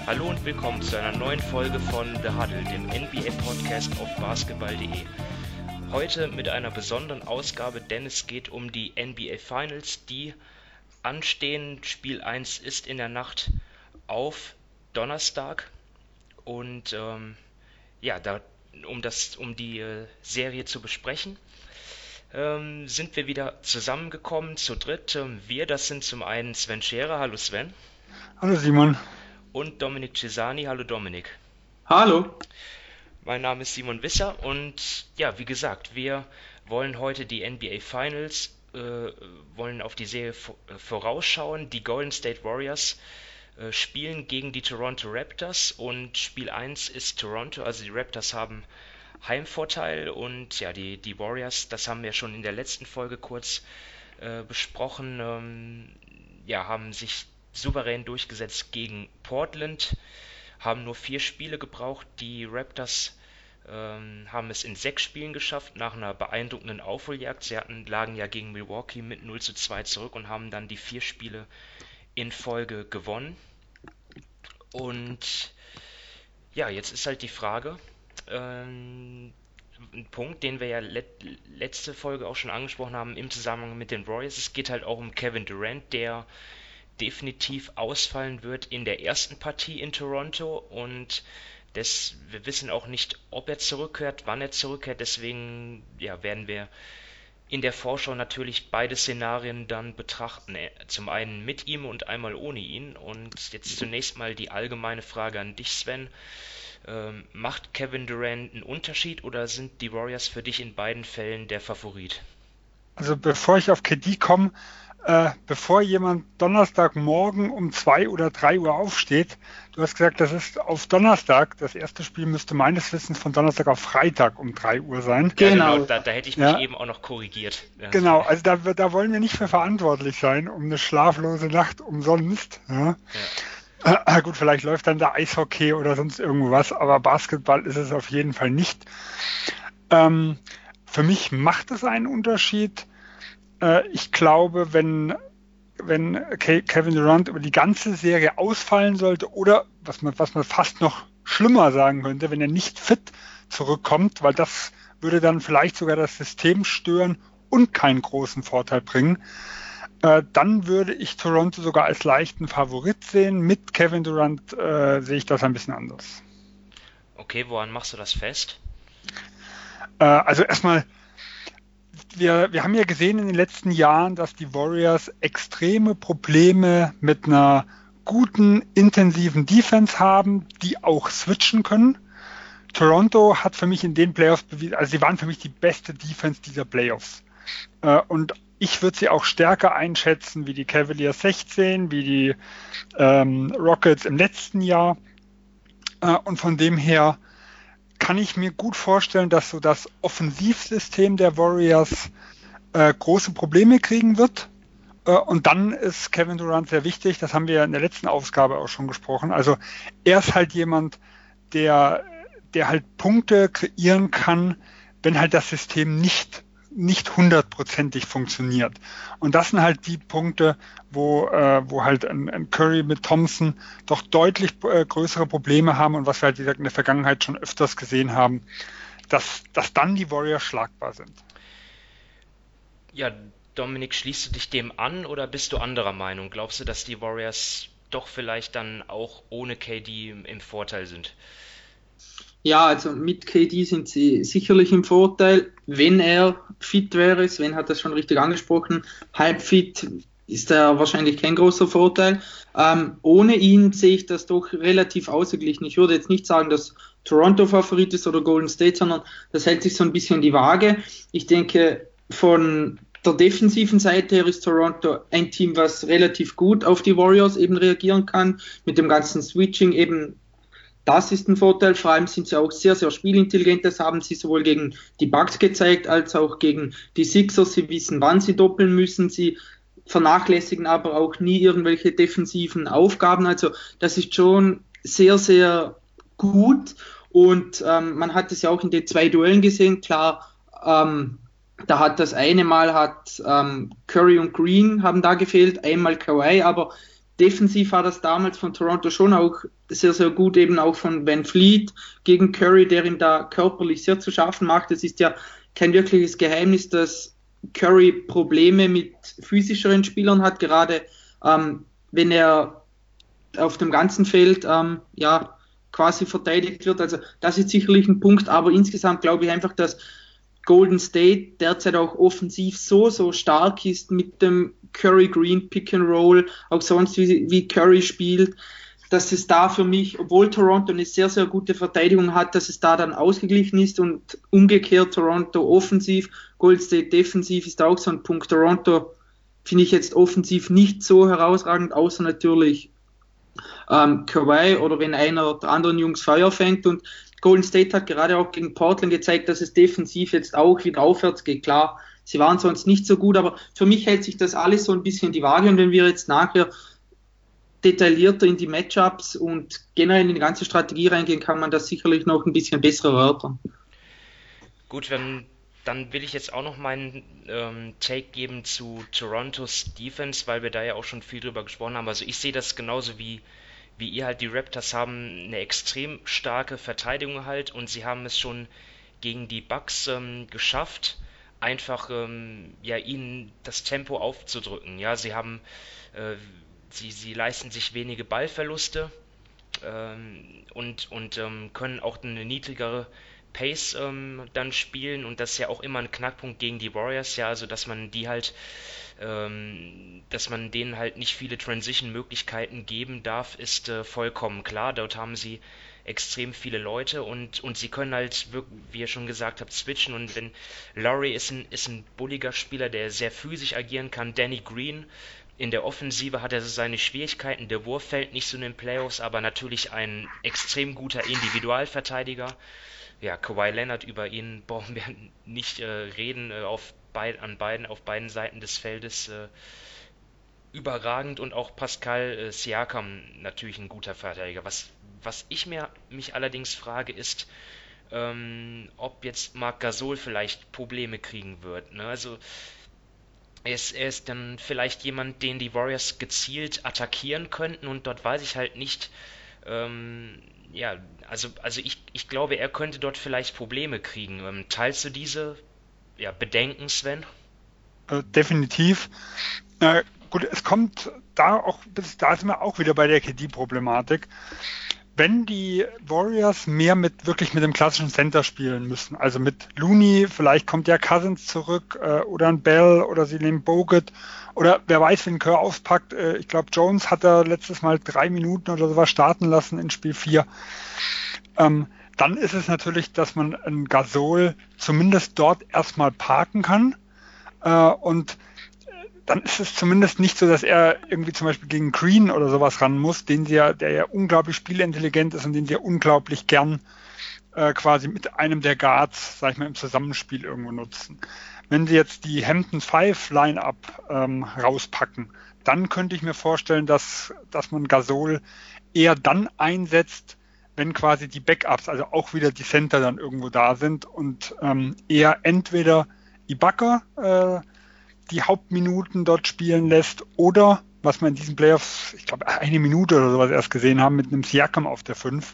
Hallo und willkommen zu einer neuen Folge von The Huddle, dem NBA-Podcast auf basketball.de. Heute mit einer besonderen Ausgabe, denn es geht um die NBA Finals, die anstehen. Spiel 1 ist in der Nacht auf Donnerstag und um die Serie zu besprechen, sind wir wieder zusammengekommen zu dritt. Das sind zum einen Sven Scherer, hallo Sven, Hallo Simon. und Dominik Cesani, hallo Dominik. Hallo. Mein Name ist Simon Wisser und ja, wie gesagt, wir wollen heute die NBA Finals, wollen auf die Serie vorausschauen. Die Golden State Warriors spielen gegen die Toronto Raptors und Spiel 1 ist Toronto, also die Raptors haben Heimvorteil und ja, die Warriors, das haben wir schon in der letzten Folge kurz besprochen, haben sich souverän durchgesetzt gegen Portland, haben nur 4 Spiele gebraucht. Die Raptors haben es in 6 Spielen geschafft, nach einer beeindruckenden Aufholjagd. Lagen ja gegen Milwaukee mit 0:2 zurück und haben dann die 4 Spiele in Folge gewonnen. Und ja, jetzt ist halt die Frage, ein Punkt, den wir ja letzte Folge auch schon angesprochen haben im Zusammenhang mit den Warriors. Es geht halt auch um Kevin Durant, der definitiv ausfallen wird in der ersten Partie in Toronto und wir wissen auch nicht, ob er zurückkehrt, wann er zurückkehrt, deswegen werden wir in der Vorschau natürlich beide Szenarien dann betrachten, zum einen mit ihm und einmal ohne ihn. Und jetzt zunächst mal die allgemeine Frage an dich, Sven. Macht Kevin Durant einen Unterschied oder sind die Warriors für dich in beiden Fällen der Favorit? Also bevor ich auf KD komme, bevor jemand Donnerstagmorgen um 2 oder 3 Uhr aufsteht, du hast gesagt, das ist auf Donnerstag, das erste Spiel müsste meines Wissens von Donnerstag auf Freitag um 3 Uhr sein. Ja, genau, da hätte ich mich eben auch noch korrigiert. Ja. Genau, also da wollen wir nicht für verantwortlich sein, um eine schlaflose Nacht umsonst. Ja. Gut, vielleicht läuft dann da Eishockey oder sonst irgendwas, aber Basketball ist es auf jeden Fall nicht. Für mich macht es einen Unterschied. Ich glaube, wenn Kevin Durant über die ganze Serie ausfallen sollte oder was man fast noch schlimmer sagen könnte, wenn er nicht fit zurückkommt, weil das würde dann vielleicht sogar das System stören und keinen großen Vorteil bringen, dann würde ich Toronto sogar als leichten Favorit sehen. Mit Kevin Durant sehe ich das ein bisschen anders. Okay, woran machst du das fest? Also erstmal, wir haben ja gesehen in den letzten Jahren, dass die Warriors extreme Probleme mit einer guten, intensiven Defense haben, die auch switchen können. Toronto hat für mich in den Playoffs bewiesen, also sie waren für mich die beste Defense dieser Playoffs. Und ich würde sie auch stärker einschätzen wie die Cavaliers 16, wie die Rockets im letzten Jahr. Und von dem her kann ich mir gut vorstellen, dass so das Offensivsystem der Warriors große Probleme kriegen wird. Und dann ist Kevin Durant sehr wichtig, das haben wir in der letzten Ausgabe auch schon gesprochen. Also er ist halt jemand, der halt Punkte kreieren kann, wenn halt das System nicht hundertprozentig funktioniert. Und das sind halt die Punkte, wo halt ein Curry mit Thompson doch deutlich größere Probleme haben und was wir halt wie gesagt in der Vergangenheit schon öfters gesehen haben, dass dann die Warriors schlagbar sind. Ja, Dominik, schließt du dich dem an oder bist du anderer Meinung? Glaubst du, dass die Warriors doch vielleicht dann auch ohne KD im Vorteil sind? Ja, also mit KD sind sie sicherlich im Vorteil, wenn er fit wäre. Sven hat das schon richtig angesprochen. Halbfit ist er wahrscheinlich kein großer Vorteil. Ohne ihn sehe ich das doch relativ ausgeglichen. Ich würde jetzt nicht sagen, dass Toronto Favorit ist oder Golden State, sondern das hält sich so ein bisschen die Waage. Ich denke, von der defensiven Seite her ist Toronto ein Team, was relativ gut auf die Warriors eben reagieren kann, mit dem ganzen Switching eben. Das ist ein Vorteil, vor allem sind sie auch sehr, sehr spielintelligent, das haben sie sowohl gegen die Bucks gezeigt, als auch gegen die Sixers, sie wissen, wann sie doppeln müssen, sie vernachlässigen aber auch nie irgendwelche defensiven Aufgaben, also das ist schon sehr, sehr gut und man hat es ja auch in den 2 Duellen gesehen, klar, da hat das eine Mal Curry und Green haben da gefehlt, einmal Kawhi, aber defensiv war das damals von Toronto schon auch sehr, sehr gut, eben auch von Van Fleet gegen Curry, der ihm da körperlich sehr zu schaffen macht. Es ist ja kein wirkliches Geheimnis, dass Curry Probleme mit physischeren Spielern hat, gerade wenn er auf dem ganzen Feld quasi verteidigt wird. Also das ist sicherlich ein Punkt, aber insgesamt glaube ich einfach, dass Golden State derzeit auch offensiv so stark ist mit dem Curry Green Pick and Roll, auch sonst wie Curry spielt, dass es da für mich, obwohl Toronto eine sehr, sehr gute Verteidigung hat, dass es da dann ausgeglichen ist und umgekehrt Toronto offensiv, Golden State defensiv ist auch so ein Punkt. Toronto finde ich jetzt offensiv nicht so herausragend, außer natürlich Kawhi oder wenn einer der anderen Jungs Feuer fängt, und Golden State hat gerade auch gegen Portland gezeigt, dass es defensiv jetzt auch wieder aufwärts geht. Klar, sie waren sonst nicht so gut, aber für mich hält sich das alles so ein bisschen die Waage, und wenn wir jetzt nachher detaillierter in die Matchups und generell in die ganze Strategie reingehen, kann man das sicherlich noch ein bisschen besser erörtern. Gut, dann will ich jetzt auch noch meinen Take geben zu Torontos Defense, weil wir da ja auch schon viel drüber gesprochen haben. Also ich sehe das genauso wie ihr halt. Die Raptors haben eine extrem starke Verteidigung halt, und sie haben es schon gegen die Bucks geschafft, einfach ihnen das Tempo aufzudrücken. Ja, sie haben sie leisten sich wenige Ballverluste und können auch eine niedrigere Pace dann spielen, und das ist ja auch immer ein Knackpunkt gegen die Warriors, ja, also dass man denen halt nicht viele Transition-Möglichkeiten geben darf, ist vollkommen klar. Dort haben sie extrem viele Leute, und sie können halt, wie ihr schon gesagt habt, switchen, und wenn Lowry ist ein bulliger Spieler, der sehr physisch agieren kann. Danny Green in der Offensive hat er so seine Schwierigkeiten, der Wurf fällt nicht so in den Playoffs, aber natürlich ein extrem guter Individualverteidiger. Ja, Kawhi Leonard, über ihn brauchen wir nicht reden, auf beiden Seiten des Feldes überragend, und auch Pascal Siakam natürlich ein guter Verteidiger. Was ich mich allerdings frage, ist, ob jetzt Marc Gasol vielleicht Probleme kriegen wird. Ne? Also er ist dann vielleicht jemand, den die Warriors gezielt attackieren könnten, und dort weiß ich halt nicht, also ich glaube, er könnte dort vielleicht Probleme kriegen. Teilst du diese Bedenken, Sven? Definitiv. Gut, es kommt da sind wir auch wieder bei der KD-Problematik. Wenn die Warriors mehr wirklich mit dem klassischen Center spielen müssen, also mit Looney, vielleicht kommt ja Cousins zurück oder ein Bell, oder sie nehmen Bogut, oder wer weiß, wenn Kerr auspackt. Ich glaube, Jones hat er letztes Mal 3 Minuten oder sowas starten lassen in Spiel 4. Dann ist es natürlich, dass man einen Gasol zumindest dort erstmal parken kann, und dann ist es zumindest nicht so, dass er irgendwie zum Beispiel gegen Green oder sowas ran muss, der ja unglaublich spielintelligent ist und den sie ja unglaublich gern quasi mit einem der Guards, sag ich mal, im Zusammenspiel irgendwo nutzen. Wenn sie jetzt die Hampton 5 Line-Up rauspacken, dann könnte ich mir vorstellen, dass man Gasol eher dann einsetzt, wenn quasi die Backups, also auch wieder die Center dann irgendwo da sind, und eher entweder Ibaka die Hauptminuten dort spielen lässt, oder, was wir in diesen Playoffs, ich glaube, 1 Minute oder sowas erst gesehen haben, mit einem Siakam auf der 5.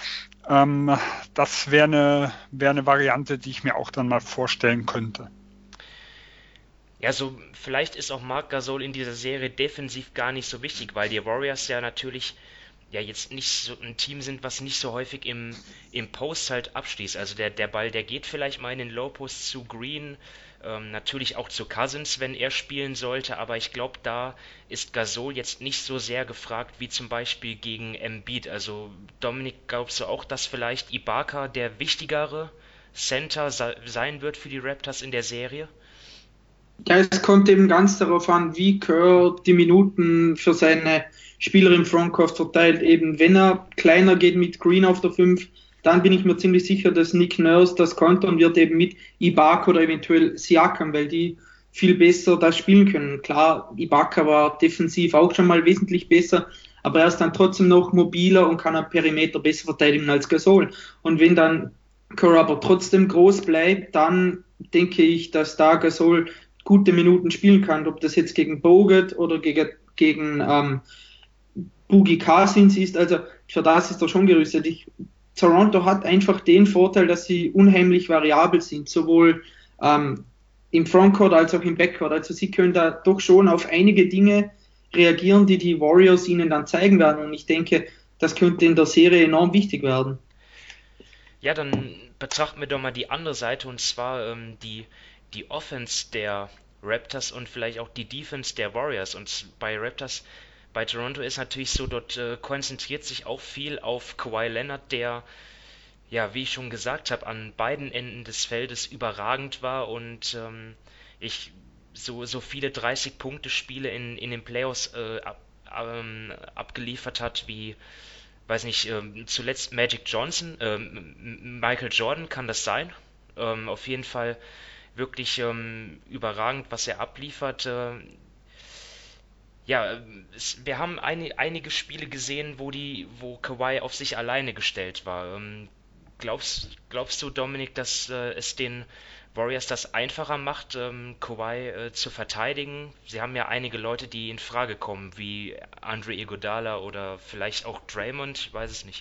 Das wäre eine Variante, die ich mir auch dann mal vorstellen könnte. Ja, so vielleicht ist auch Marc Gasol in dieser Serie defensiv gar nicht so wichtig, weil die Warriors ja natürlich jetzt nicht so ein Team sind, was nicht so häufig im Post halt abschließt. Also der Ball, der geht vielleicht mal in den Low Post zu Green, natürlich auch zu Cousins, wenn er spielen sollte, aber ich glaube, da ist Gasol jetzt nicht so sehr gefragt wie zum Beispiel gegen Embiid. Also Dominik, glaubst du auch, dass vielleicht Ibaka der wichtigere Center sein wird für die Raptors in der Serie? Ja, es kommt eben ganz darauf an, wie Kerr die Minuten für seine Spieler im Frontcourt verteilt. Eben wenn er kleiner geht mit Green auf der 5, dann bin ich mir ziemlich sicher, dass Nick Nurse das kontern wird, eben mit Ibaka oder eventuell Siakam, weil die viel besser das spielen können. Klar, Ibaka war defensiv auch schon mal wesentlich besser, aber er ist dann trotzdem noch mobiler und kann am Perimeter besser verteidigen als Gasol. Und wenn dann Kerr aber trotzdem groß bleibt, dann denke ich, dass da Gasol gute Minuten spielen kann, ob das jetzt gegen Bogut oder gegen Boogie Cousins ist, also für das ist er schon gerüstet. Toronto hat einfach den Vorteil, dass sie unheimlich variabel sind, sowohl im Frontcourt als auch im Backcourt. Also sie können da doch schon auf einige Dinge reagieren, die die Warriors ihnen dann zeigen werden. Und ich denke, das könnte in der Serie enorm wichtig werden. Ja, dann betrachten wir doch mal die andere Seite, und zwar die Offense der Raptors und vielleicht auch die Defense der Warriors. Und bei Toronto ist natürlich so, dort konzentriert sich auch viel auf Kawhi Leonard, der, ja, wie ich schon gesagt habe, an beiden Enden des Feldes überragend war und ich so viele 30-Punkte-Spiele in den Playoffs abgeliefert hat wie, weiß nicht, zuletzt Magic Johnson, Michael Jordan, kann das sein? Auf jeden Fall wirklich überragend, was er abliefert. Ja, wir haben einige Spiele gesehen, wo Kawhi auf sich alleine gestellt war. Glaubst du, Dominik, dass es den Warriors das einfacher macht, Kawhi zu verteidigen? Sie haben ja einige Leute, die in Frage kommen, wie Andre Iguodala oder vielleicht auch Draymond, ich weiß es nicht.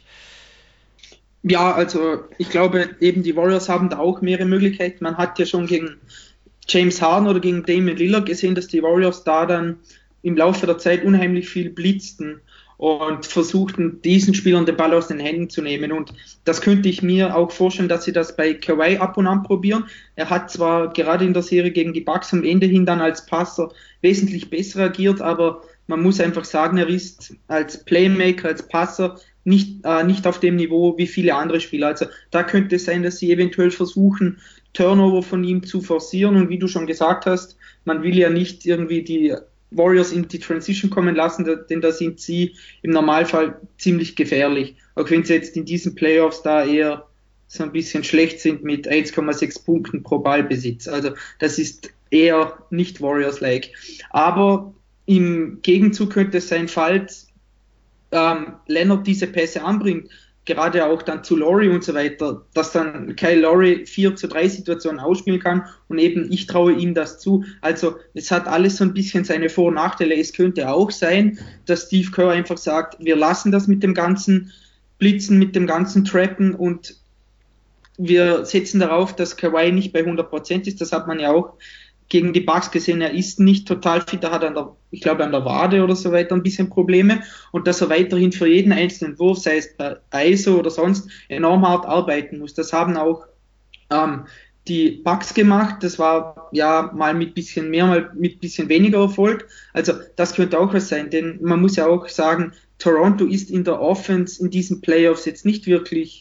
Ja, also ich glaube eben die Warriors haben da auch mehrere Möglichkeiten. Man hat ja schon gegen James Harden oder gegen Damian Lillard gesehen, dass die Warriors da dann im Laufe der Zeit unheimlich viel blitzten und versuchten, diesen Spielern den Ball aus den Händen zu nehmen. Und das könnte ich mir auch vorstellen, dass sie das bei Kawhi ab und an probieren. Er hat zwar gerade in der Serie gegen die Bucks am Ende hin dann als Passer wesentlich besser agiert, aber man muss einfach sagen, er ist als Playmaker, als Passer nicht auf dem Niveau wie viele andere Spieler. Also da könnte es sein, dass sie eventuell versuchen, Turnover von ihm zu forcieren. Und wie du schon gesagt hast, man will ja nicht irgendwie die Warriors in die Transition kommen lassen, denn da sind sie im Normalfall ziemlich gefährlich. Auch wenn sie jetzt in diesen Playoffs da eher so ein bisschen schlecht sind mit 1,6 Punkten pro Ballbesitz. Also das ist eher nicht Warriors-like. Aber im Gegenzug könnte es sein, falls Leonard diese Pässe anbringt, gerade auch dann zu Laurie und so weiter, dass dann Kyle Lowry 4:3 Situationen ausspielen kann und eben ich traue ihm das zu. Also es hat alles so ein bisschen seine Vor- und Nachteile. Es könnte auch sein, dass Steve Kerr einfach sagt, wir lassen das mit dem ganzen Blitzen, mit dem ganzen Trappen und wir setzen darauf, dass Kawhi nicht bei 100% ist. Das hat man ja auch gegen die Bucks gesehen, er ist nicht total fit, er hat ich glaube an der Wade oder so weiter ein bisschen Probleme und dass er weiterhin für jeden einzelnen Wurf, sei es bei ISO oder sonst, enorm hart arbeiten muss. Das haben auch die Bucks gemacht, das war ja mal mit bisschen mehr, mal mit bisschen weniger Erfolg, also das könnte auch was sein, denn man muss ja auch sagen, Toronto ist in der Offense in diesen Playoffs jetzt nicht wirklich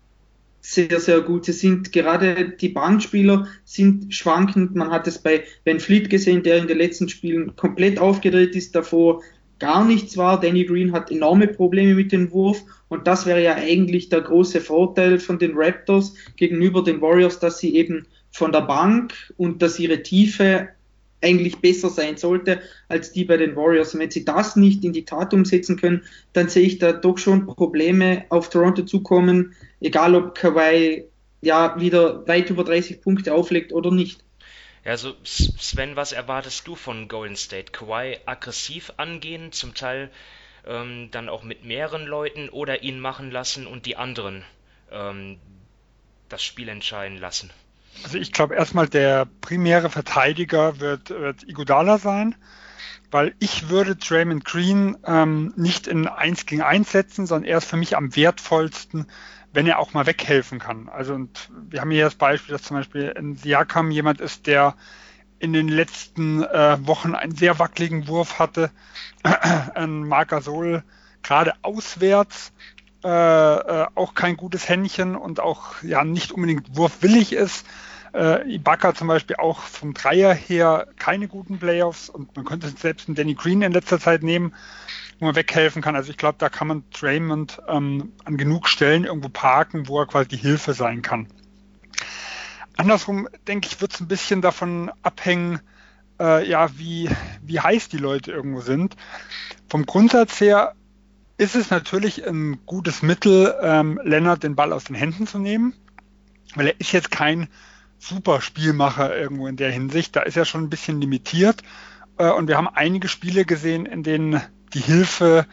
sehr, sehr gut. Sie sind gerade die Bankspieler sind schwankend. Man hat es bei Ben Fleet gesehen, der in den letzten Spielen komplett aufgedreht ist, davor gar nichts war. Danny Green hat enorme Probleme mit dem Wurf und das wäre ja eigentlich der große Vorteil von den Raptors gegenüber den Warriors, dass sie eben von der Bank und dass ihre Tiefe eigentlich besser sein sollte als die bei den Warriors. Und wenn sie das nicht in die Tat umsetzen können, dann sehe ich da doch schon Probleme auf Toronto zukommen, egal ob Kawhi ja wieder weit über 30 Punkte auflegt oder nicht. Ja, also Sven, was erwartest du von Golden State? Kawhi aggressiv angehen, zum Teil dann auch mit mehreren Leuten oder ihn machen lassen und die anderen ähm, das Spiel entscheiden lassen? Also ich glaube erstmal der primäre Verteidiger wird Iguodala sein, weil ich würde Draymond Green nicht in 1 gegen 1 setzen, sondern er ist für mich am wertvollsten, wenn er auch mal weghelfen kann. Also und wir haben hier das Beispiel, dass zum Beispiel in Siakam jemand ist, der in den letzten Wochen einen sehr wackeligen Wurf hatte. Marc Gasol gerade auswärts auch kein gutes Händchen und auch ja nicht unbedingt wurfwillig ist. Ibaka zum Beispiel auch vom Dreier her keine guten Playoffs und man könnte selbst einen Danny Green in letzter Zeit nehmen, wo man weghelfen kann. Also ich glaube, da kann man Draymond an genug Stellen irgendwo parken, wo er quasi die Hilfe sein kann. Andersrum, denke ich, wird es ein bisschen davon abhängen, wie heiß die Leute irgendwo sind. Vom Grundsatz her ist es natürlich ein gutes Mittel, Leonard den Ball aus den Händen zu nehmen, weil er ist jetzt kein super Spielmacher irgendwo in der Hinsicht. Da ist er schon ein bisschen limitiert und wir haben einige Spiele gesehen, in denen die Hilfe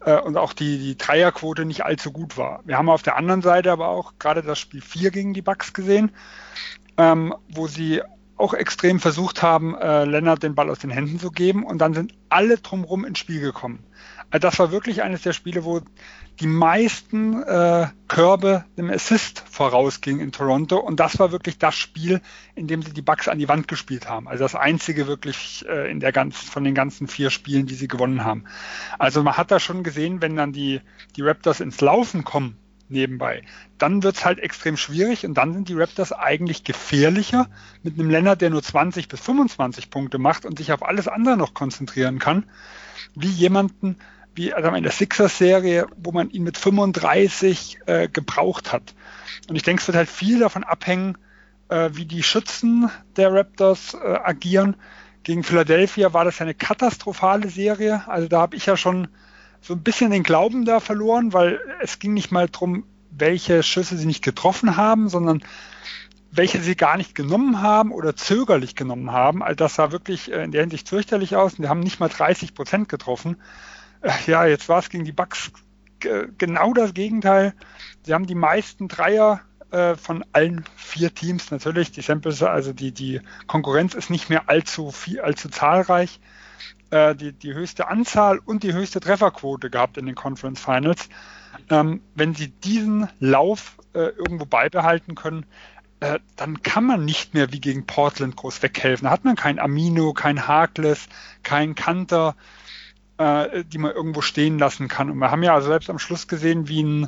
und auch die Dreierquote nicht allzu gut war. Wir haben auf der anderen Seite aber auch gerade das Spiel 4 gegen die Bucks gesehen, wo sie auch extrem versucht haben, Leonard den Ball aus den Händen zu geben und dann sind alle drumherum ins Spiel gekommen. Also das war wirklich eines der Spiele, wo die meisten Körbe dem Assist vorausging in Toronto und das war wirklich das Spiel, in dem sie die Bucks an die Wand gespielt haben. Also das einzige wirklich von den ganzen 4 Spielen, die sie gewonnen haben. Also man hat da schon gesehen, wenn dann die Raptors ins Laufen kommen nebenbei, dann wird es halt extrem schwierig und dann sind die Raptors eigentlich gefährlicher mit einem Leonard, der nur 20 bis 25 Punkte macht und sich auf alles andere noch konzentrieren kann, wie jemanden wie in der Sixers-Serie, wo man ihn mit 35 gebraucht hat. Und ich denke, es wird halt viel davon abhängen, wie die Schützen der Raptors agieren. Gegen Philadelphia war das ja eine katastrophale Serie. Also da habe ich ja schon so ein bisschen den Glauben da verloren, weil es ging nicht mal darum, welche Schüsse sie nicht getroffen haben, sondern welche sie gar nicht genommen haben oder zögerlich genommen haben. Also das sah wirklich in der Hinsicht fürchterlich aus. Und die haben nicht mal 30% getroffen. Ja, jetzt war es gegen die Bucks genau das Gegenteil. Sie haben die meisten Dreier von allen 4 Teams. Natürlich, die Samples, also die Konkurrenz ist nicht mehr allzu zahlreich. Die höchste Anzahl und die höchste Trefferquote gehabt in den Conference Finals. Wenn sie diesen Lauf irgendwo beibehalten können, dann kann man nicht mehr wie gegen Portland groß weghelfen. Da hat man kein Amino, kein Harkless, kein Kanter, die man irgendwo stehen lassen kann. Und wir haben ja also selbst am Schluss gesehen, wie ein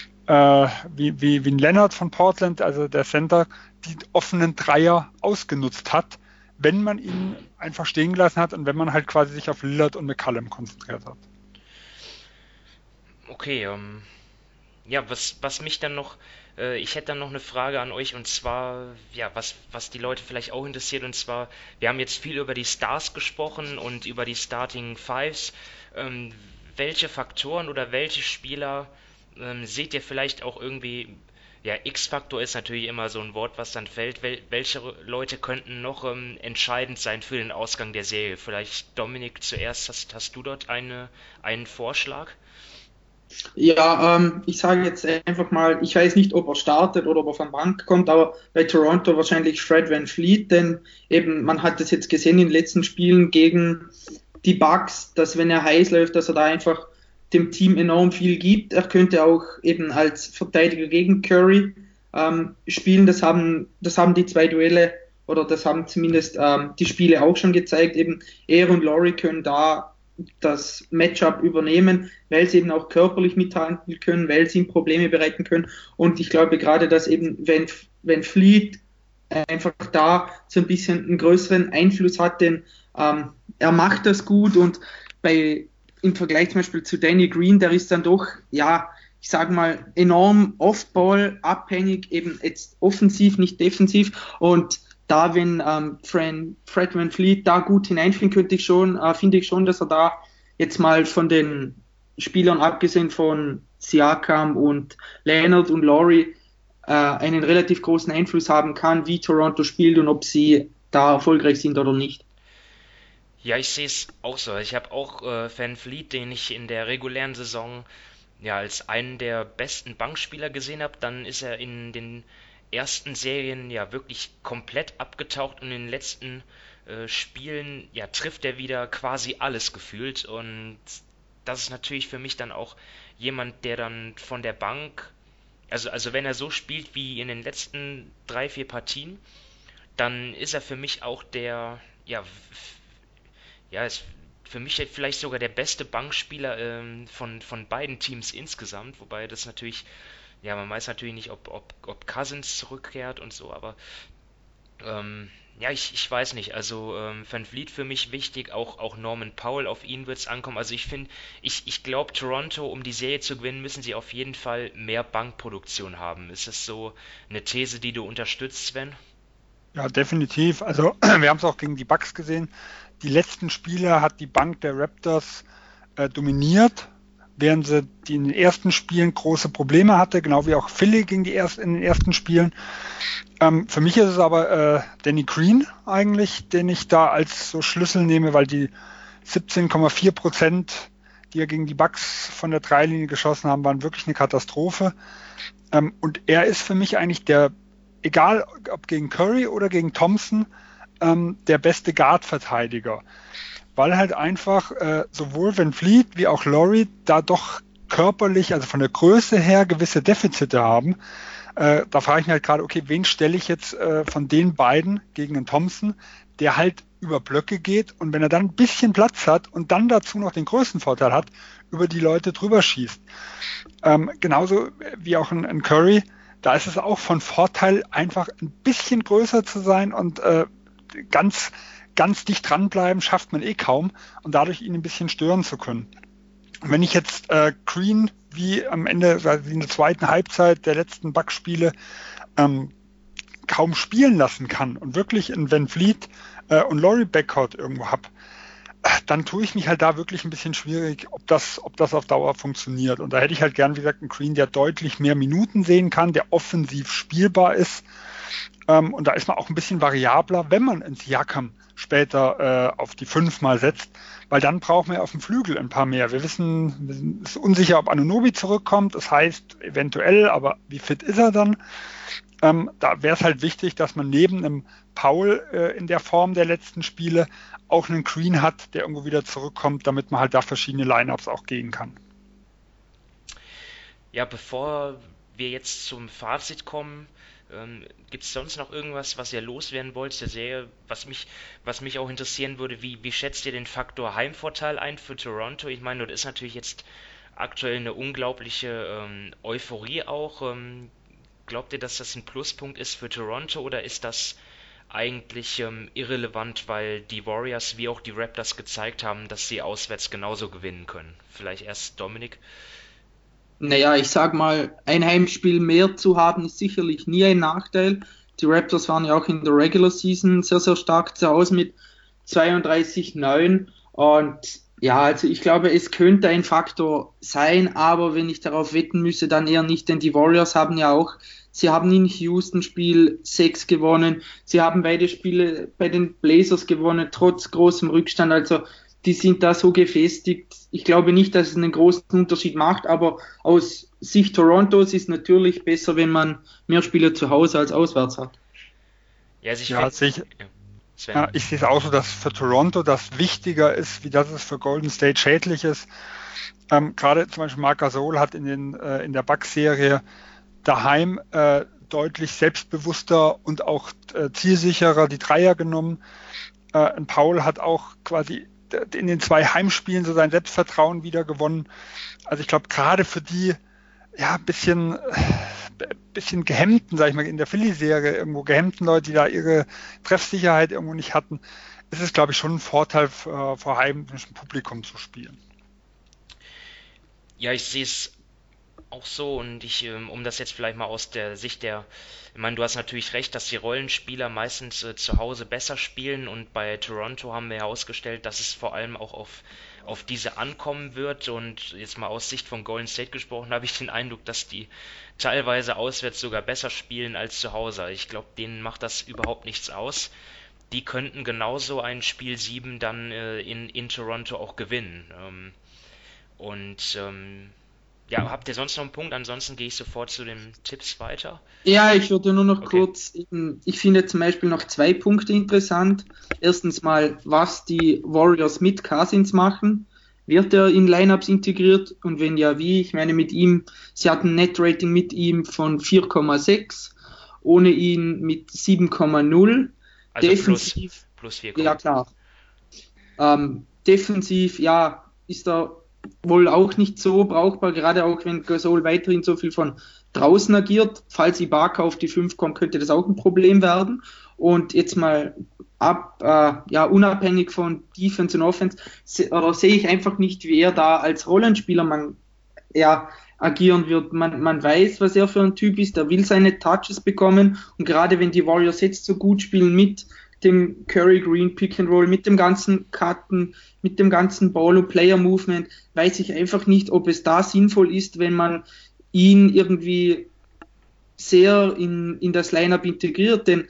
Leonard von Portland, also der Center, die offenen Dreier ausgenutzt hat, wenn man ihn einfach stehen gelassen hat und wenn man halt quasi sich auf Lillard und McCollum konzentriert hat. Okay, ja, was mich dann noch, ich hätte dann noch eine Frage an euch und zwar, ja, was die Leute vielleicht auch interessiert und zwar, wir haben jetzt viel über die Stars gesprochen und über die Starting Fives. Welche Faktoren oder welche Spieler seht ihr vielleicht auch irgendwie, ja, X-Faktor ist natürlich immer so ein Wort, was dann fällt. Welche Leute könnten noch entscheidend sein für den Ausgang der Serie? Vielleicht Dominik zuerst, hast du dort einen Vorschlag? Ja, ich sage jetzt einfach mal, ich weiß nicht, ob er startet oder ob er von Bank kommt, aber bei Toronto wahrscheinlich Fred VanVleet, denn eben, man hat das jetzt gesehen in den letzten Spielen gegen die Bucks, dass wenn er heiß läuft, dass er da einfach dem Team enorm viel gibt. Er könnte auch eben als Verteidiger gegen Curry spielen. Das haben die 2 Duelle oder das haben zumindest die Spiele auch schon gezeigt. Eben er und Laurie können da das Matchup übernehmen, weil sie eben auch körperlich mithalten können, weil sie ihm Probleme bereiten können. Und ich glaube gerade, dass eben wenn Fleet einfach da so ein bisschen einen größeren Einfluss hat, denn er macht das gut und im Vergleich zum Beispiel zu Danny Green, der ist dann doch, ja, ich sage mal, enorm Off-Ball abhängig, eben jetzt offensiv, nicht defensiv und da, wenn Fred VanVleet da gut hineinfinden könnte, finde ich schon, dass er da jetzt mal von den Spielern, abgesehen von Siakam und Leonard und Laurie, einen relativ großen Einfluss haben kann, wie Toronto spielt und ob sie da erfolgreich sind oder nicht. Ja, ich sehe es auch so. Ich habe auch VanVleet, den ich in der regulären Saison ja als einen der besten Bankspieler gesehen habe. Dann ist er in den ersten Serien ja wirklich komplett abgetaucht und in den letzten Spielen ja trifft er wieder quasi alles gefühlt und das ist natürlich für mich dann auch jemand, der dann von der Bank, also wenn er so spielt wie in den letzten 3, 4 Partien, dann ist er für mich auch der, ja, ist für mich vielleicht sogar der beste Bankspieler von beiden Teams insgesamt, wobei das natürlich, ja, man weiß natürlich nicht, ob Cousins zurückkehrt und so, aber ja, ich weiß nicht. Also VanVleet für mich wichtig, auch Norman Powell, auf ihn wird es ankommen. Also ich glaube, Toronto, um die Serie zu gewinnen, müssen sie auf jeden Fall mehr Bankproduktion haben. Ist das so eine These, die du unterstützt, Sven? Ja, definitiv. Also wir haben es auch gegen die Bucks gesehen. Die letzten Spiele hat die Bank der Raptors dominiert, während sie in den ersten Spielen große Probleme hatte, genau wie auch Philly in den ersten Spielen. Für mich ist es aber Danny Green eigentlich, den ich da als so Schlüssel nehme, weil die 17,4% die er gegen die Bucks von der Dreilinie geschossen haben, waren wirklich eine Katastrophe. Und er ist für mich eigentlich egal ob gegen Curry oder gegen Thompson, der beste Guard-Verteidiger. Weil halt einfach sowohl Van Vliet wie auch Lowry da doch körperlich, also von der Größe her, gewisse Defizite haben. Da frage ich mich halt gerade, okay, wen stelle ich jetzt von den beiden gegen einen Thompson, der halt über Blöcke geht und wenn er dann ein bisschen Platz hat und dann dazu noch den Größenvorteil hat, über die Leute drüber schießt. Genauso wie auch ein Curry, da ist es auch von Vorteil, einfach ein bisschen größer zu sein und ganz dicht dranbleiben schafft man kaum und dadurch ihn ein bisschen stören zu können. Und wenn ich jetzt Green wie am Ende, also in der zweiten Halbzeit der letzten Bucks-Spiele kaum spielen lassen kann und wirklich in Van Vliet und Lowry Backcourt irgendwo habe, dann tue ich mich halt da wirklich ein bisschen schwierig, ob das auf Dauer funktioniert. Und da hätte ich halt gern, wie gesagt, einen Green, der deutlich mehr Minuten sehen kann, der offensiv spielbar ist. Und da ist man auch ein bisschen variabler, wenn man ins Siakam später auf die 5 mal setzt, weil dann brauchen wir auf dem Flügel ein paar mehr. Wir wissen, es ist unsicher, ob Anunoby zurückkommt, das heißt eventuell, aber wie fit ist er dann? Da wäre es halt wichtig, dass man neben einem Paul in der Form der letzten Spiele auch einen Green hat, der irgendwo wieder zurückkommt, damit man halt da verschiedene Lineups auch gehen kann. Ja, bevor wir jetzt zum Fazit kommen, gibt es sonst noch irgendwas, was ihr loswerden wollt der Serie, was mich auch interessieren würde, wie schätzt ihr den Faktor Heimvorteil ein für Toronto? Ich meine, das ist natürlich jetzt aktuell eine unglaubliche Euphorie auch. Glaubt ihr, dass das ein Pluspunkt ist für Toronto oder ist das eigentlich irrelevant, weil die Warriors wie auch die Raptors gezeigt haben, dass sie auswärts genauso gewinnen können? Vielleicht erst Dominik? Naja, ich sag mal, ein Heimspiel mehr zu haben, ist sicherlich nie ein Nachteil. Die Raptors waren ja auch in der Regular Season sehr, sehr stark zu Hause mit 32-9. Und ja, also ich glaube, es könnte ein Faktor sein, aber wenn ich darauf wetten müsse, dann eher nicht, denn die Warriors haben ja auch, sie haben in Houston Spiel 6 gewonnen, sie haben beide Spiele bei den Blazers gewonnen, trotz großem Rückstand, also die sind da so gefestigt. Ich glaube nicht, dass es einen großen Unterschied macht, aber aus Sicht Torontos ist es natürlich besser, wenn man mehr Spiele zu Hause als auswärts hat. Ja, also ich sehe es auch so, dass für Toronto das wichtiger ist, wie das es für Golden State schädlich ist. Gerade zum Beispiel Marc Gasol hat in der Bucks-Serie daheim deutlich selbstbewusster und auch zielsicherer die Dreier genommen. Paul hat auch quasi in den 2 Heimspielen so sein Selbstvertrauen wieder gewonnen. Also ich glaube, gerade für die bisschen gehemmten, sag ich mal, in der Philly-Serie irgendwo gehemmten Leute, die da ihre Treffsicherheit irgendwo nicht hatten, ist es, glaube ich, schon ein Vorteil vor heimischem Publikum zu spielen. Ja, ich sehe es auch so und um das jetzt vielleicht mal aus der Sicht ich meine, du hast natürlich recht, dass die Rollenspieler meistens zu Hause besser spielen und bei Toronto haben wir herausgestellt, dass es vor allem auch auf diese ankommen wird und jetzt mal aus Sicht von Golden State gesprochen, habe ich den Eindruck, dass die teilweise auswärts sogar besser spielen als zu Hause. Ich glaube, denen macht das überhaupt nichts aus. Die könnten genauso ein Spiel 7 dann in Toronto auch gewinnen. Ja, habt ihr sonst noch einen Punkt? Ansonsten gehe ich sofort zu den Tipps weiter. Ja, ich würde nur noch kurz, ich finde zum Beispiel noch 2 Punkte interessant. Erstens mal, was die Warriors mit Cousins machen. Wird er in Lineups integriert und wenn ja, wie? Ich meine, mit ihm, sie hatten ein Net-Rating mit ihm von 4,6, ohne ihn mit 7,0. Also defensiv, plus 4. Ja, klar. Defensiv, ja, ist er wohl auch nicht so brauchbar, gerade auch wenn Gasol weiterhin so viel von draußen agiert. Falls Ibaka auf die 5 kommt, könnte das auch ein Problem werden. Und jetzt mal unabhängig von Defense und Offense, sehe ich einfach nicht, wie er da als Rollenspieler agieren wird. Man weiß, was er für ein Typ ist, er will seine Touches bekommen und gerade wenn die Warriors jetzt so gut spielen mit dem Curry Green Pick and Roll, mit dem ganzen Cutten, mit dem ganzen Ball- und Player-Movement, weiß ich einfach nicht, ob es da sinnvoll ist, wenn man ihn irgendwie sehr in das Lineup integriert, denn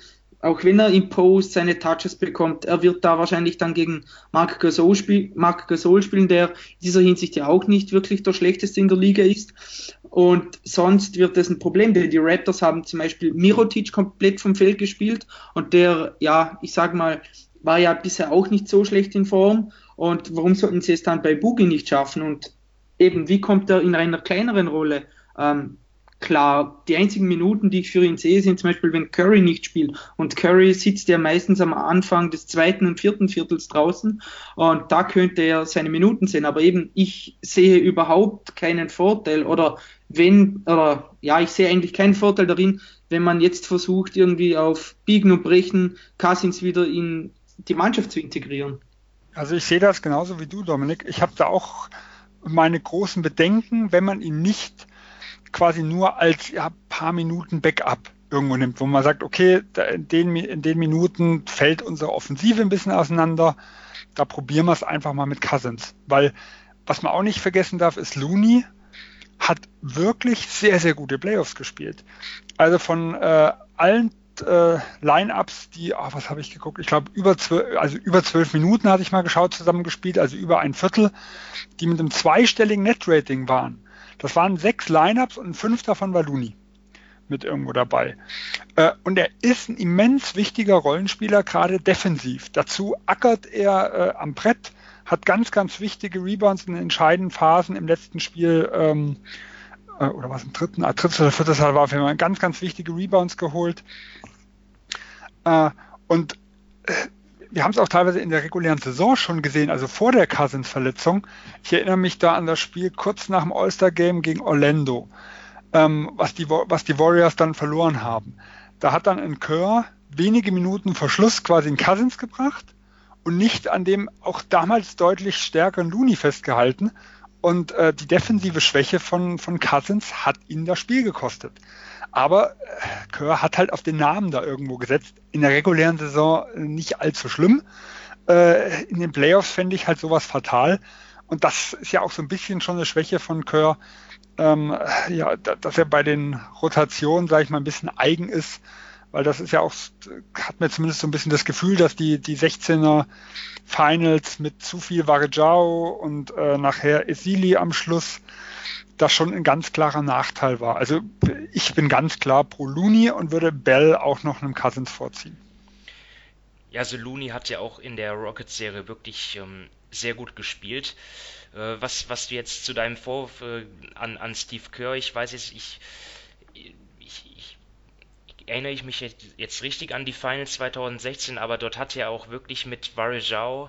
auch wenn er im Post seine Touches bekommt, er wird da wahrscheinlich dann gegen Marc Gasol spielen, der in dieser Hinsicht ja auch nicht wirklich der schlechteste in der Liga ist. Und sonst wird das ein Problem, denn die Raptors haben zum Beispiel Mirotic komplett vom Feld gespielt und der, ja, ich sag mal, war ja bisher auch nicht so schlecht in Form. Und warum sollten sie es dann bei Boogie nicht schaffen? Und eben, wie kommt er in einer kleineren Rolle? Klar, die einzigen Minuten, die ich für ihn sehe, sind zum Beispiel, wenn Curry nicht spielt. Und Curry sitzt ja meistens am Anfang des zweiten und vierten Viertels draußen. Und da könnte er seine Minuten sehen. Aber eben, ich sehe überhaupt keinen Vorteil. Ich sehe eigentlich keinen Vorteil darin, wenn man jetzt versucht, irgendwie auf Biegen und Brechen Cousins wieder in die Mannschaft zu integrieren. Also ich sehe das genauso wie du, Dominik. Ich habe da auch meine großen Bedenken, wenn man ihn nicht quasi nur als paar Minuten Backup irgendwo nimmt, wo man sagt, okay, in den Minuten fällt unsere Offensive ein bisschen auseinander, da probieren wir es einfach mal mit Cousins. Weil, was man auch nicht vergessen darf, ist, Looney hat wirklich sehr, sehr gute Playoffs gespielt. Also von allen Line-Ups, die, was habe ich geguckt? Ich glaube, über 12 Minuten hatte ich mal geschaut, zusammengespielt, also über ein Viertel, die mit einem zweistelligen Net-Rating waren. Das waren 6 Line-Ups und 5 davon war Looney mit irgendwo dabei. Und er ist ein immens wichtiger Rollenspieler, gerade defensiv. Dazu ackert er am Brett, hat ganz, ganz wichtige Rebounds in entscheidenden Phasen im letzten Spiel, oder was im dritten oder viertes Teil war auf jeden Fall ganz, ganz wichtige Rebounds geholt. Und wir haben es auch teilweise in der regulären Saison schon gesehen, also vor der Cousins-Verletzung. Ich erinnere mich da an das Spiel kurz nach dem All-Star-Game gegen Orlando, was die Warriors dann verloren haben. Da hat dann ein Kerr wenige Minuten vor Schluss quasi einen Cousins gebracht und nicht an dem auch damals deutlich stärkeren Looney festgehalten. Und die defensive Schwäche von Cousins hat ihn das Spiel gekostet. Aber Kerr hat halt auf den Namen da irgendwo gesetzt. In der regulären Saison nicht allzu schlimm. In den Playoffs fände ich halt sowas fatal. Und das ist ja auch so ein bisschen schon eine Schwäche von Kerr, dass er bei den Rotationen, sage ich mal, ein bisschen eigen ist. Weil das ist ja auch, hat mir zumindest so ein bisschen das Gefühl, dass die 16er Finals mit zu viel Varejao und nachher Ezeli am Schluss das schon ein ganz klarer Nachteil war. Also ich bin ganz klar pro Looney und würde Bell auch noch einem Cousins vorziehen. Ja, also Looney hat ja auch in der Rockets-Serie wirklich sehr gut gespielt. Was du jetzt zu deinem Vorwurf an Steve Kerr, ich weiß jetzt, erinnere ich mich jetzt richtig an die Finals 2016, aber dort hat er auch wirklich mit Varejao,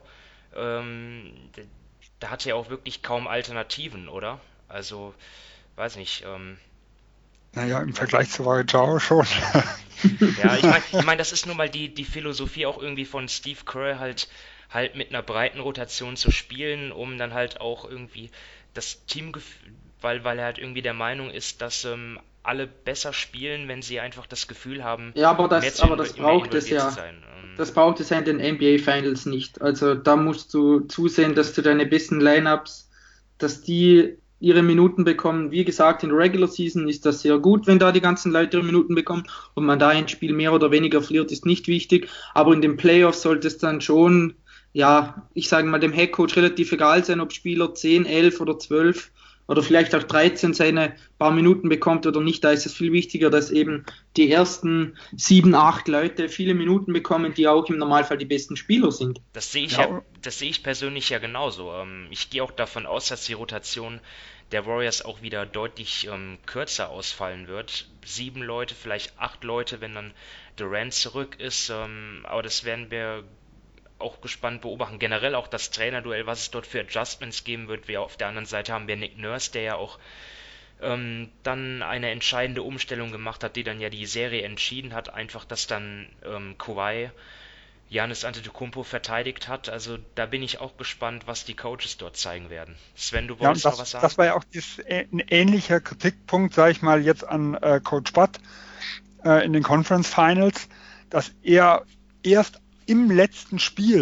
da hat er auch wirklich kaum Alternativen, oder? Also, weiß nicht. Naja, im Vergleich zu Varejao schon. Ja, ich mein, das ist nun mal die Philosophie auch irgendwie von Steve Kerr, halt mit einer breiten Rotation zu spielen, um dann halt auch irgendwie das Teamgefühl, weil er halt irgendwie der Meinung ist, dass alle besser spielen, wenn sie einfach das Gefühl haben, ja, aber das braucht es ja. zu sein. Das braucht es ja in den NBA Finals nicht. Also da musst du zusehen, dass du deine besten Lineups, dass die ihre Minuten bekommen. Wie gesagt, in der Regular Season ist das sehr gut, wenn da die ganzen Leute ihre Minuten bekommen und man da ein Spiel mehr oder weniger verliert, ist nicht wichtig. Aber in den Playoffs sollte es dann schon, ja, ich sage mal, dem Headcoach relativ egal sein, ob Spieler 10, 11 oder 12 oder vielleicht auch 13 seine paar Minuten bekommt oder nicht. Da ist es viel wichtiger, dass eben die ersten 7, 8 Leute viele Minuten bekommen, die auch im Normalfall die besten Spieler sind. Das sehe ich persönlich ja genauso. Ich gehe auch davon aus, dass die Rotation der Warriors auch wieder deutlich kürzer ausfallen wird. 7 Leute, vielleicht 8 Leute, wenn dann Durant zurück ist. Aber das werden wir auch gespannt beobachten. Generell auch das Trainerduell, was es dort für Adjustments geben wird. Auf der anderen Seite haben wir Nick Nurse, der ja auch dann eine entscheidende Umstellung gemacht hat, die dann ja die Serie entschieden hat. Einfach, dass dann Kawhi Giannis Antetokounmpo verteidigt hat. Also da bin ich auch gespannt, was die Coaches dort zeigen werden. Sven, du wolltest noch was sagen? Das war ja auch ein ähnlicher Kritikpunkt, sage ich mal, jetzt an Coach Bud in den Conference Finals, dass er erst im letzten Spiel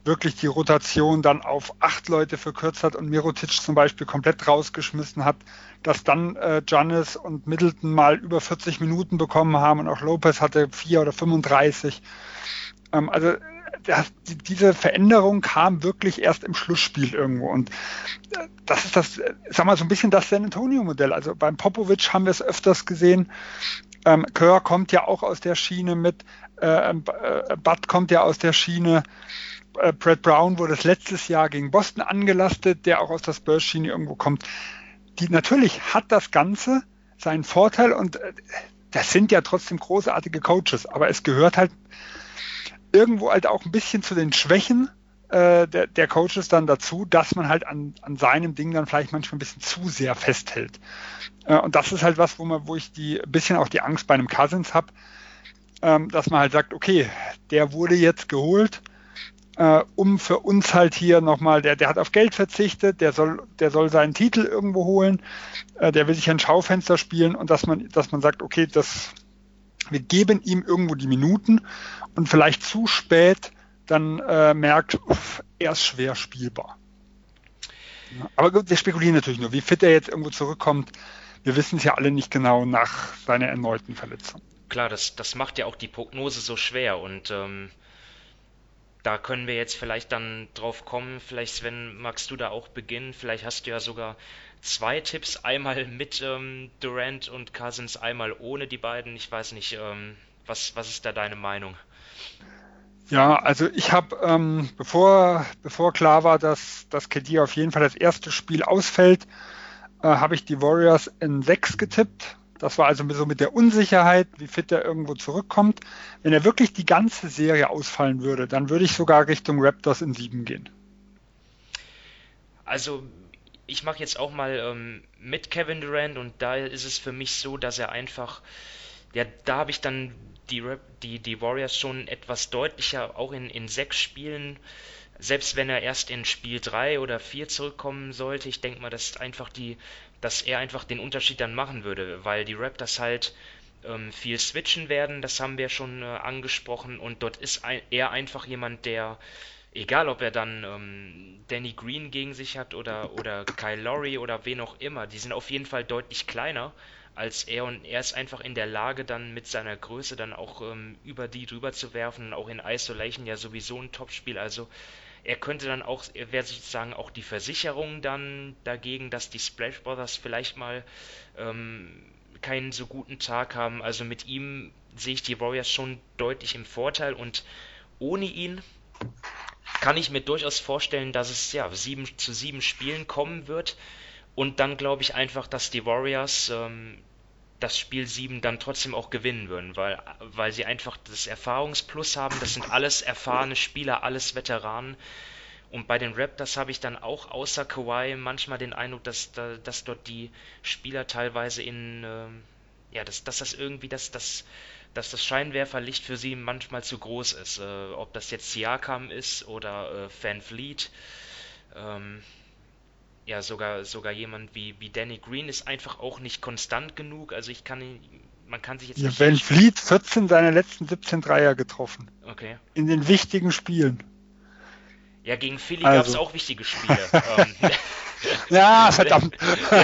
wirklich die Rotation dann auf 8 Leute verkürzt hat und Mirotic zum Beispiel komplett rausgeschmissen hat, dass dann Giannis und Middleton mal über 40 Minuten bekommen haben und auch Lopez hatte 4 oder 35. Also diese Veränderung kam wirklich erst im Schlussspiel irgendwo und das ist das, sag mal, so ein bisschen das San Antonio-Modell. Also beim Popovic haben wir es öfters gesehen. Kerr kommt ja auch aus der Schiene mit, Bud kommt ja aus der Schiene. Brett Brown wurde das letztes Jahr gegen Boston angelastet, der auch aus der Spurs-Schiene irgendwo kommt. Natürlich hat das Ganze seinen Vorteil und das sind ja trotzdem großartige Coaches, aber es gehört halt irgendwo halt auch ein bisschen zu den Schwächen der Coaches dann dazu, dass man halt an seinem Ding dann vielleicht manchmal ein bisschen zu sehr festhält. Und das ist halt was, wo ich ein bisschen auch die Angst bei einem Cousins habe, dass man halt sagt, okay, der wurde jetzt geholt, um für uns halt hier nochmal, der hat auf Geld verzichtet, der soll seinen Titel irgendwo holen, der will sich ein Schaufenster spielen und dass man sagt, okay, wir geben ihm irgendwo die Minuten und vielleicht zu spät dann merkt, er ist schwer spielbar. Ja, aber wir spekulieren natürlich nur, wie fit er jetzt irgendwo zurückkommt. Wir wissen es ja alle nicht genau nach seiner erneuten Verletzung. Klar, das macht ja auch die Prognose so schwer und da können wir jetzt vielleicht dann drauf kommen. Vielleicht, Sven, magst du da auch beginnen? Vielleicht hast du ja sogar 2 Tipps, einmal mit Durant und Cousins, einmal ohne die beiden. Ich weiß nicht, was ist da deine Meinung? Ja, also ich habe, bevor klar war, dass KD auf jeden Fall das erste Spiel ausfällt, habe ich die Warriors in 6 getippt. Das war also so mit der Unsicherheit, wie fit er irgendwo zurückkommt. Wenn er wirklich die ganze Serie ausfallen würde, dann würde ich sogar Richtung Raptors in 7 gehen. Also, ich mache jetzt auch mal mit Kevin Durant und da ist es für mich so, dass er einfach, ja, da habe ich dann die Warriors schon etwas deutlicher, auch in 6 Spielen, selbst wenn er erst in Spiel 3 oder 4 zurückkommen sollte. Ich denke mal, dass er einfach den Unterschied dann machen würde, weil die Raptors halt viel switchen werden, das haben wir schon angesprochen und dort ist er einfach jemand, der, egal ob er dann Danny Green gegen sich hat oder Kyle Lowry oder wen auch immer, die sind auf jeden Fall deutlich kleiner als er und er ist einfach in der Lage, dann mit seiner Größe dann auch über die drüber zu werfen und auch in Isolation ja sowieso ein Topspiel, also er könnte dann auch, er wäre sozusagen auch die Versicherung dann dagegen, dass die Splash Brothers vielleicht mal keinen so guten Tag haben. Also mit ihm sehe ich die Warriors schon deutlich im Vorteil und ohne ihn kann ich mir durchaus vorstellen, dass es ja 7-7 Spielen kommen wird und dann glaube ich einfach, dass die Warriors das Spiel 7 dann trotzdem auch gewinnen würden, weil sie einfach das Erfahrungsplus haben. Das sind alles erfahrene Spieler, alles Veteranen. Und bei den Raptors habe ich dann auch außer Kawhi manchmal den Eindruck, dass dort die Spieler teilweise dass das irgendwie, dass das Scheinwerferlicht für sie manchmal zu groß ist. Ob das jetzt Siakam ist oder Van Vliet. Ja, sogar jemand wie Danny Green ist einfach auch nicht konstant genug. Also man kann sich jetzt Ja, nicht. Van Vliet 14 seiner letzten 17 Dreier getroffen. Okay. In den wichtigen Spielen. Ja, gegen Philly gab es auch wichtige Spiele. Ja, verdammt.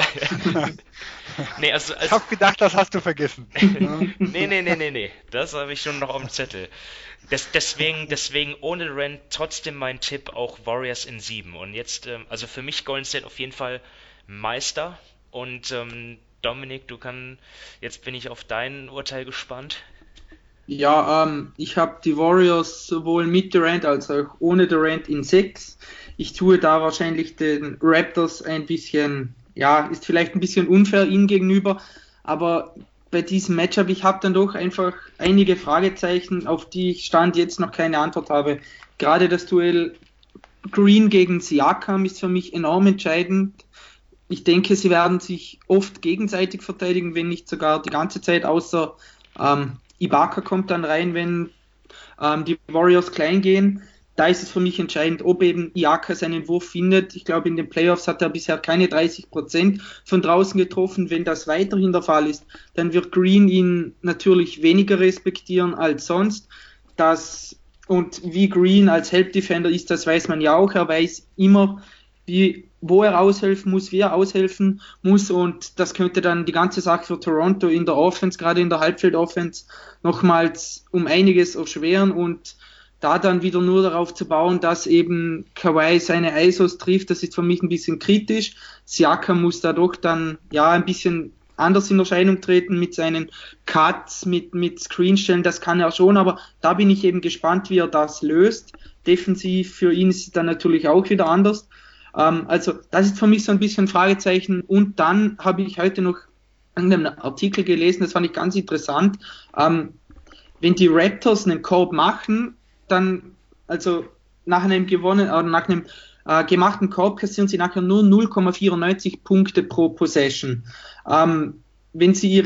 Nee, also Ich hab gedacht, das hast du vergessen. Nee. Das habe ich schon noch auf dem Zettel. Deswegen ohne Durant trotzdem mein Tipp auch Warriors in 7. Und jetzt, also für mich Golden State auf jeden Fall Meister. Und Dominik, jetzt bin ich auf dein Urteil gespannt. Ja, ich habe die Warriors sowohl mit Durant als auch ohne Durant in 6. Ich tue da wahrscheinlich den Raptors ein bisschen, ja, ist vielleicht ein bisschen unfair ihnen gegenüber, aber bei diesem Matchup, ich habe dann doch einfach einige Fragezeichen, auf die ich Stand jetzt noch keine Antwort habe. Gerade das Duell Green gegen Siakam ist für mich enorm entscheidend. Ich denke, sie werden sich oft gegenseitig verteidigen, wenn nicht sogar die ganze Zeit, außer Ibaka kommt dann rein, wenn die Warriors klein gehen. Da ist es für mich entscheidend, ob eben Ibaka seinen Wurf findet. Ich glaube, in den Playoffs hat er bisher keine 30% von draußen getroffen. Wenn das weiterhin der Fall ist, dann wird Green ihn natürlich weniger respektieren als sonst. Das Und wie Green als Help Defender ist, das weiß man ja auch. Er weiß immer, wo er aushelfen muss, wie er aushelfen muss. Und das könnte dann die ganze Sache für Toronto in der Offense, gerade in der Halbfeld-Offense, nochmals um einiges erschweren. Und da dann wieder nur darauf zu bauen, dass eben Kawhi seine ISOs trifft, das ist für mich ein bisschen kritisch. Siakam muss da doch dann ja ein bisschen anders in Erscheinung treten mit seinen Cuts, mit Screenstellen, das kann er schon, aber da bin ich eben gespannt, wie er das löst. Defensiv für ihn ist es dann natürlich auch wieder anders. Also das ist für mich so ein bisschen ein Fragezeichen. Und dann habe ich heute noch einen Artikel gelesen, das fand ich ganz interessant. Wenn die Raptors einen Korb machen, dann, also nach einem gemachten Korb kassieren sie nachher nur 0,94 Punkte pro Possession. Wenn sie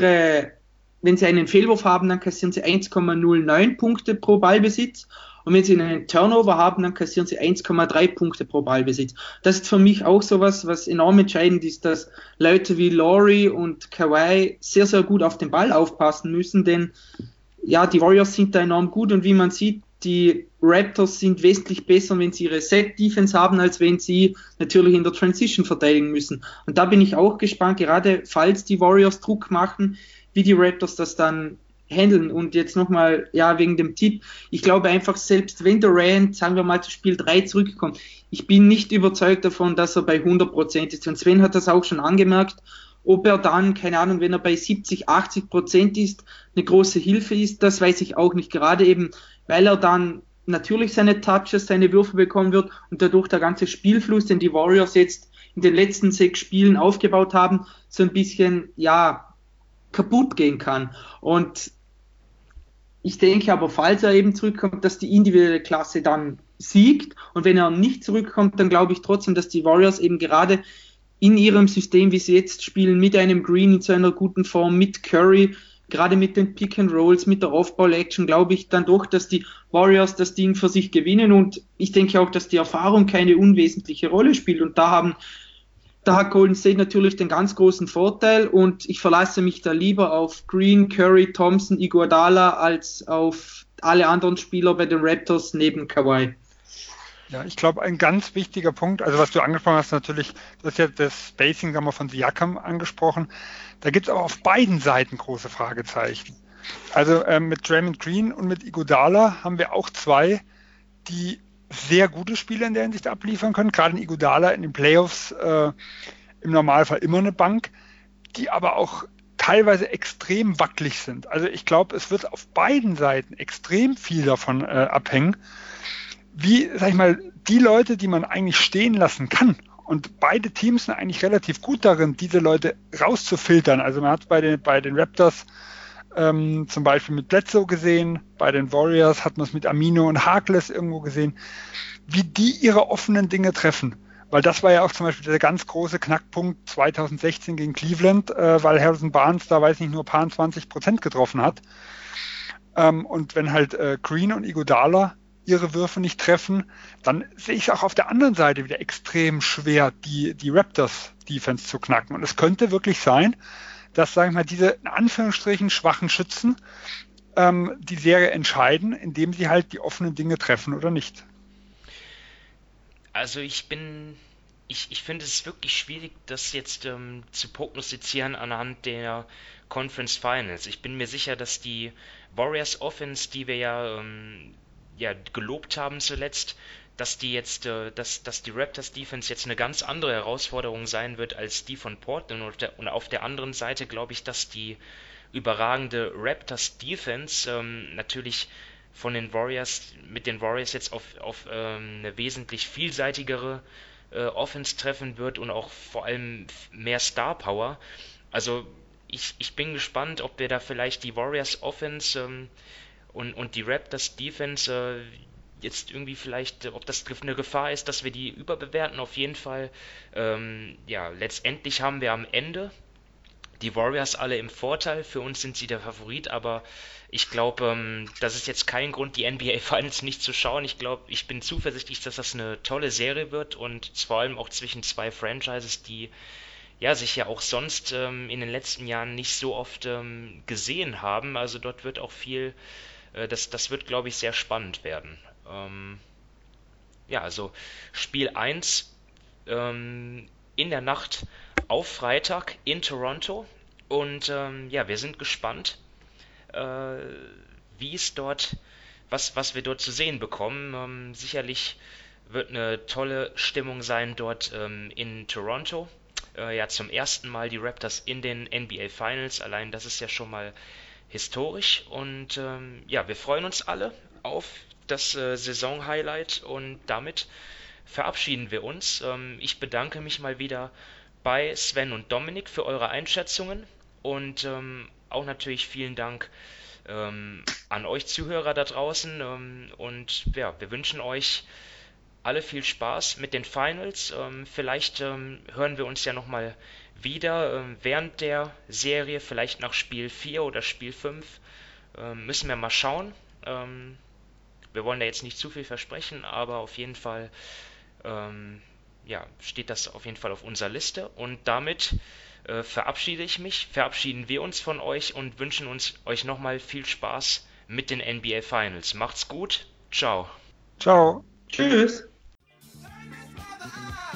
einen Fehlwurf haben, dann kassieren sie 1,09 Punkte pro Ballbesitz. Und wenn sie einen Turnover haben, dann kassieren sie 1,3 Punkte pro Ballbesitz. Das ist für mich auch sowas, was enorm entscheidend ist, dass Leute wie Laurie und Kawhi sehr, sehr gut auf den Ball aufpassen müssen, denn ja, die Warriors sind da enorm gut und wie man sieht, die Raptors sind wesentlich besser, wenn sie ihre Set-Defense haben, als wenn sie natürlich in der Transition verteidigen müssen. Und da bin ich auch gespannt, gerade falls die Warriors Druck machen, wie die Raptors das dann handeln. Und jetzt nochmal, ja, wegen dem Tipp. Ich glaube einfach, selbst wenn Durant, sagen wir mal, zu Spiel 3 zurückkommt, ich bin nicht überzeugt davon, dass er bei 100% ist. Und Sven hat das auch schon angemerkt. Ob er dann, keine Ahnung, wenn er bei 70, 80% ist, eine große Hilfe ist, das weiß ich auch nicht. Gerade eben, weil er dann natürlich seine Touches, seine Würfe bekommen wird und dadurch der ganze Spielfluss, den die Warriors jetzt in den letzten 6 Spielen aufgebaut haben, so ein bisschen, ja, kaputt gehen kann. Und ich denke aber, falls er eben zurückkommt, dass die individuelle Klasse dann siegt. Und wenn er nicht zurückkommt, dann glaube ich trotzdem, dass die Warriors eben gerade in ihrem System, wie sie jetzt spielen, mit einem Green in so einer guten Form, mit Curry, gerade mit den Pick and Rolls, mit der Off-Ball-Action, glaube ich dann doch, dass die Warriors das Ding für sich gewinnen. Und ich denke auch, dass die Erfahrung keine unwesentliche Rolle spielt. Und da hat Golden State natürlich den ganz großen Vorteil und ich verlasse mich da lieber auf Green, Curry, Thompson, Iguodala als auf alle anderen Spieler bei den Raptors neben Kawhi. Ja, ich glaube, ein ganz wichtiger Punkt, also was du angesprochen hast, natürlich, das ist ja das Spacing, sagen wir, von Siakam angesprochen. Da gibt es aber auf beiden Seiten große Fragezeichen. Also mit Draymond Green und mit Iguodala haben wir auch zwei, die sehr gute Spiele in der Hinsicht abliefern können. Gerade in Iguodala in den Playoffs im Normalfall immer eine Bank, die aber auch teilweise extrem wackelig sind. Also ich glaube, es wird auf beiden Seiten extrem viel davon abhängen, wie, sag ich mal, die Leute, die man eigentlich stehen lassen kann. Und beide Teams sind eigentlich relativ gut darin, diese Leute rauszufiltern. Also man hat bei den Raptors zum Beispiel mit Bledsoe gesehen, bei den Warriors hat man es mit Amino und Harkless irgendwo gesehen, wie die ihre offenen Dinge treffen. Weil das war ja auch zum Beispiel der ganz große Knackpunkt 2016 gegen Cleveland, weil Harrison Barnes da, weiß nicht, nur paar 20% getroffen hat. Und wenn halt Green und Iguodala ihre Würfe nicht treffen, dann sehe ich es auch auf der anderen Seite wieder extrem schwer, die Raptors-Defense zu knacken. Und es könnte wirklich sein, dass, sagen wir mal, diese in Anführungsstrichen schwachen Schützen die Serie entscheiden, indem sie halt die offenen Dinge treffen oder nicht. Also ich finde es wirklich schwierig, das jetzt zu prognostizieren anhand der Conference Finals. Ich bin mir sicher, dass die Warriors Offense, die wir ja gelobt haben zuletzt, dass dass die Raptors Defense jetzt eine ganz andere Herausforderung sein wird als die von Portland und auf der anderen Seite glaube ich, dass die überragende Raptors Defense natürlich mit den Warriors jetzt auf eine wesentlich vielseitigere Offense treffen wird und auch vor allem mehr Star Power. Also ich bin gespannt, ob wir da vielleicht die Warriors Offense und die Raptors Defense jetzt irgendwie vielleicht, ob das eine Gefahr ist, dass wir die überbewerten. Auf jeden Fall, ja, letztendlich haben wir am Ende die Warriors alle im Vorteil. Für uns sind sie der Favorit, aber ich glaube, das ist jetzt kein Grund, die NBA Finals nicht zu schauen. Ich glaube, ich bin zuversichtlich, dass das eine tolle Serie wird und vor allem auch zwischen zwei Franchises, die ja sich ja auch sonst in den letzten Jahren nicht so oft gesehen haben. Also dort wird auch viel, das wird, glaube ich, sehr spannend werden. Ähm, ja, also Spiel 1 in der Nacht auf Freitag in Toronto. Und ja, wir sind gespannt, äh, wie es dort, was wir dort zu sehen bekommen. Sicherlich wird eine tolle Stimmung sein dort in Toronto. Ja, zum ersten Mal die Raptors in den NBA Finals. Allein das ist ja schon mal historisch. Und ja, wir freuen uns alle auf das Saison-Highlight und damit verabschieden wir uns. Ich bedanke mich mal wieder bei Sven und Dominik für eure Einschätzungen und auch natürlich vielen Dank an euch Zuhörer da draußen. Und ja, wir wünschen euch alle viel Spaß mit den Finals. Vielleicht hören wir uns ja nochmal wieder während der Serie, vielleicht nach Spiel 4 oder Spiel 5. Müssen wir mal schauen. Wir wollen da jetzt nicht zu viel versprechen, aber auf jeden Fall ja, steht das auf jeden Fall auf unserer Liste. Und damit verabschieden wir uns von euch und wünschen euch nochmal viel Spaß mit den NBA Finals. Macht's gut, ciao. Ciao. Tschüss.